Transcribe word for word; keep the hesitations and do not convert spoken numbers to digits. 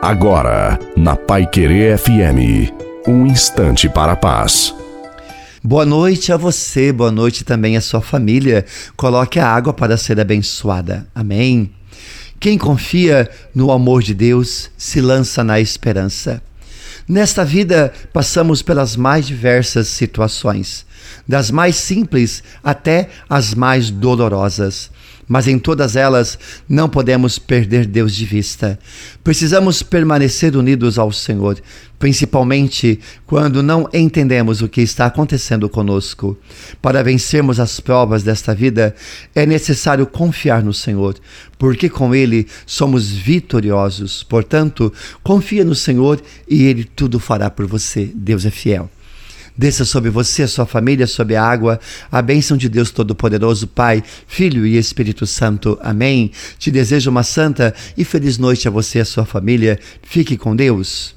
Agora, na Paiquerê F M, um instante para a paz. Boa noite a você, boa noite também à sua família. Coloque a água para ser abençoada. Amém. Quem confia no amor de Deus se lança na esperança. Nesta vida, passamos pelas mais diversas situações, das mais simples até as mais dolorosas. Mas em todas elas, não podemos perder Deus de vista. Precisamos permanecer unidos ao Senhor, principalmente quando não entendemos o que está acontecendo conosco. Para vencermos as provas desta vida, é necessário confiar no Senhor, porque com Ele somos vitoriosos. Portanto, confia no Senhor e Ele tudo fará por você. Deus é fiel. Desça sobre você, a sua família, sobre a água, a bênção de Deus Todo-Poderoso, Pai, Filho e Espírito Santo. Amém. Te desejo uma santa e feliz noite a você e a sua família. Fique com Deus.